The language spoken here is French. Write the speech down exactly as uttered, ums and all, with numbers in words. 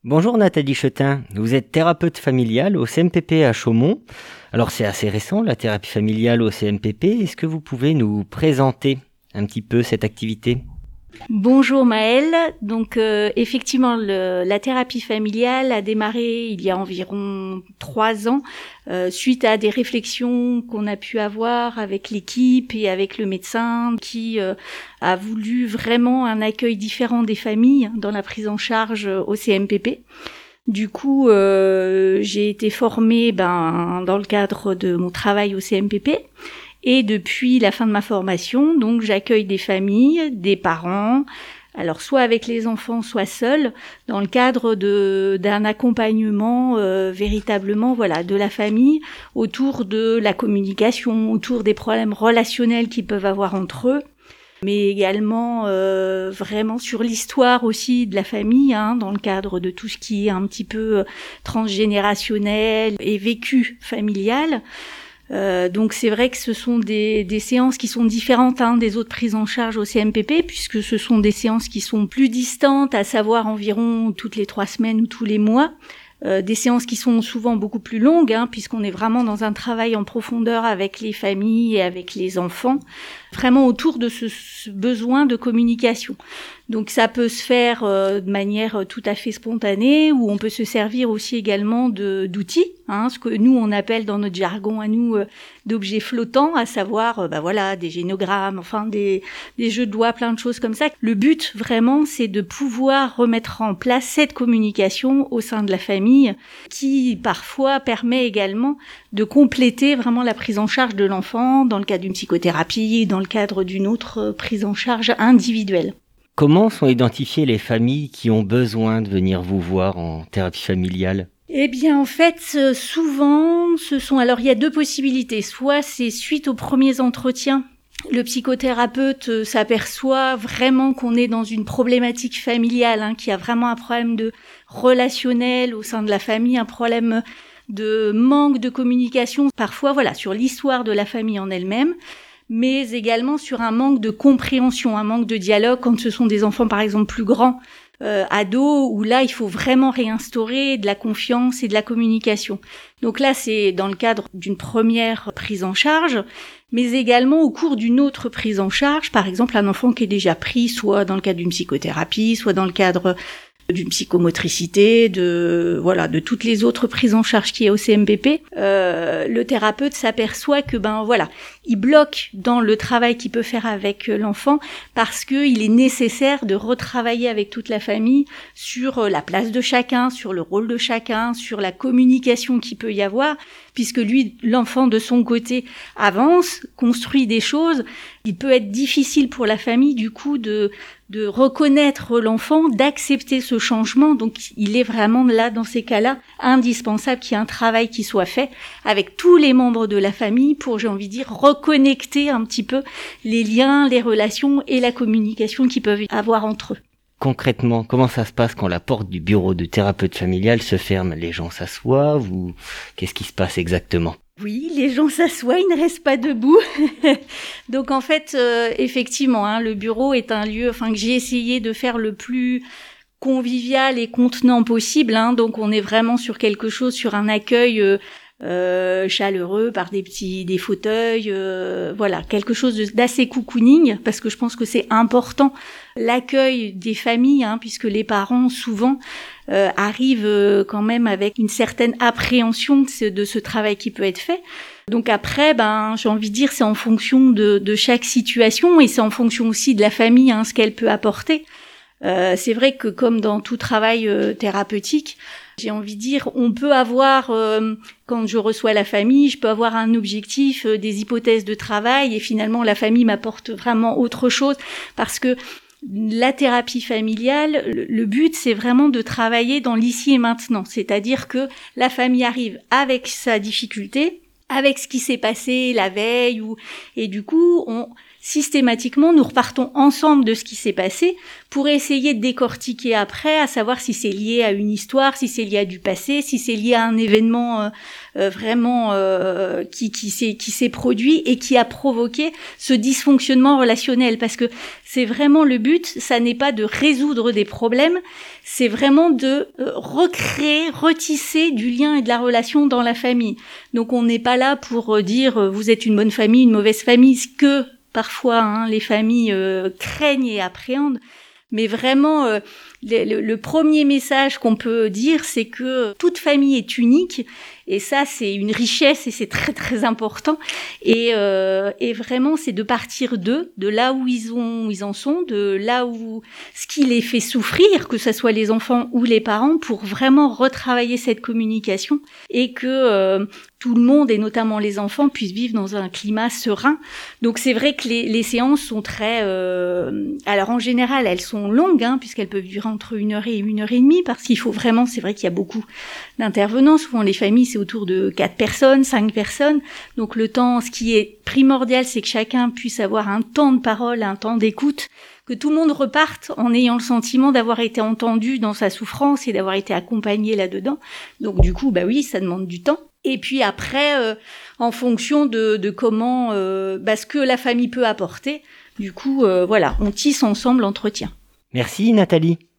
Bonjour Nathalie Chetin, vous êtes thérapeute familiale au C M P P à Chaumont. Alors c'est assez récent la thérapie familiale au C M P P, est-ce que vous pouvez nous présenter un petit peu cette activité ? Bonjour Maëlle, donc euh, effectivement le, la thérapie familiale a démarré il y a environ trois ans euh, suite à des réflexions qu'on a pu avoir avec l'équipe et avec le médecin qui euh, a voulu vraiment un accueil différent des familles dans la prise en charge au C M P P. Du coup, euh, j'ai été formée ben, dans le cadre de mon travail au C M P P. Et depuis la fin de ma formation, donc j'accueille des familles, des parents, alors soit avec les enfants, soit seuls, dans le cadre de d'un accompagnement euh, véritablement, voilà, de la famille autour de la communication, autour des problèmes relationnels qu'ils peuvent avoir entre eux, mais également euh, vraiment sur l'histoire aussi de la famille, hein, dans le cadre de tout ce qui est un petit peu transgénérationnel et vécu familial. Euh, donc c'est vrai que ce sont des, des séances qui sont différentes hein, des autres prises en charge au C M P P, puisque ce sont des séances qui sont plus distantes, à savoir environ toutes les trois semaines ou tous les mois. Euh, des séances qui sont souvent beaucoup plus longues, hein, puisqu'on est vraiment dans un travail en profondeur avec les familles et avec les enfants, vraiment autour de ce, ce besoin de communication. Donc ça peut se faire euh, de manière tout à fait spontanée, ou on peut se servir aussi également de d'outils, hein, ce que nous on appelle dans notre jargon à nous euh, d'objets flottants, à savoir euh, bah voilà des génogrammes, enfin des des jeux de doigts, plein de choses comme ça. Le but vraiment c'est de pouvoir remettre en place cette communication au sein de la famille, qui parfois permet également de compléter vraiment la prise en charge de l'enfant dans le cadre d'une psychothérapie, dans le cadre d'une autre prise en charge individuelle. Comment sont identifiées les familles qui ont besoin de venir vous voir en thérapie familiale ? Eh bien, en fait, souvent, ce sont... Alors, il y a deux possibilités. Soit c'est suite aux premiers entretiens, le psychothérapeute s'aperçoit vraiment qu'on est dans une problématique familiale, hein, qu'il y a vraiment un problème de relationnel au sein de la famille, un problème de manque de communication, parfois, voilà, sur l'histoire de la famille en elle-même, mais également sur un manque de compréhension, un manque de dialogue quand ce sont des enfants, par exemple, plus grands, euh, ados, où là, il faut vraiment réinstaurer de la confiance et de la communication. Donc là, c'est dans le cadre d'une première prise en charge, mais également au cours d'une autre prise en charge, par exemple, un enfant qui est déjà pris, soit dans le cadre d'une psychothérapie, soit dans le cadre d'une psychomotricité, de voilà, de toutes les autres prises en charge qu'il y a au C M P P, euh, le thérapeute s'aperçoit que ben voilà, il bloque dans le travail qu'il peut faire avec l'enfant parce que il est nécessaire de retravailler avec toute la famille sur la place de chacun, sur le rôle de chacun, sur la communication qu'il peut y avoir, puisque lui, l'enfant de son côté avance, construit des choses. Il peut être difficile pour la famille du coup de de reconnaître l'enfant, d'accepter ce changement. Donc, il est vraiment là, dans ces cas-là, indispensable qu'il y ait un travail qui soit fait avec tous les membres de la famille pour, j'ai envie de dire, reconnecter un petit peu les liens, les relations et la communication qu'ils peuvent avoir entre eux. Concrètement, comment ça se passe quand la porte du bureau de thérapeute familial se ferme ? Les gens s'assoient ou qu'est-ce qui se passe exactement ? Oui, les gens s'assoient, ils ne restent pas debout. Donc en fait, euh, effectivement, hein, le bureau est un lieu, enfin que j'ai essayé de faire le plus convivial et contenant possible. Hein, donc on est vraiment sur quelque chose, sur un accueil euh, euh, chaleureux par des petits, des fauteuils, euh, voilà, quelque chose de, d'assez cocooning, parce que je pense que c'est important l'accueil des familles, hein, puisque les parents souvent euh, arrivent euh, quand même avec une certaine appréhension de ce, de ce travail qui peut être fait. Donc après, ben, j'ai envie de dire, c'est en fonction de, de chaque situation et c'est en fonction aussi de la famille, hein, ce qu'elle peut apporter. Euh, c'est vrai que comme dans tout travail euh, thérapeutique, j'ai envie de dire, on peut avoir, euh, quand je reçois la famille, je peux avoir un objectif, euh, des hypothèses de travail et finalement la famille m'apporte vraiment autre chose parce que la thérapie familiale, le, le but c'est vraiment de travailler dans l'ici et maintenant, c'est-à-dire que la famille arrive avec sa difficulté, avec ce qui s'est passé la veille ou et du coup on systématiquement, nous repartons ensemble de ce qui s'est passé pour essayer de décortiquer après, à savoir si c'est lié à une histoire, si c'est lié à du passé, si c'est lié à un événement euh, euh, vraiment euh, qui, qui, s'est, qui s'est produit et qui a provoqué ce dysfonctionnement relationnel. Parce que c'est vraiment le but, ça n'est pas de résoudre des problèmes, c'est vraiment de euh, recréer, retisser du lien et de la relation dans la famille. Donc on n'est pas là pour euh, dire euh, vous êtes une bonne famille, une mauvaise famille, ce que parfois hein, les familles euh, craignent et appréhendent. Mais vraiment, euh, le, le, le premier message qu'on peut dire, c'est que toute famille est unique. Et ça, c'est une richesse et c'est très, très important. Et, euh, et vraiment, c'est de partir d'eux, de là où ils, ont, où ils en sont, de là où ce qui les fait souffrir, que ce soit les enfants ou les parents, pour vraiment retravailler cette communication et que euh, tout le monde, et notamment les enfants, puissent vivre dans un climat serein. Donc, c'est vrai que les, les séances sont très... Euh, alors, en général, elles sont longues, hein, puisqu'elles peuvent durer entre une heure et une heure et demie, parce qu'il faut vraiment... C'est vrai qu'il y a beaucoup d'intervenants. Souvent, les familles, c'est autour de quatre personnes, cinq personnes. Donc le temps, ce qui est primordial, c'est que chacun puisse avoir un temps de parole, un temps d'écoute, que tout le monde reparte en ayant le sentiment d'avoir été entendu dans sa souffrance et d'avoir été accompagné là-dedans. Donc du coup, bah oui, ça demande du temps. Et puis après, euh, en fonction de, de comment, euh, bah, ce que la famille peut apporter, du coup, euh, voilà, on tisse ensemble l'entretien. Merci Nathalie.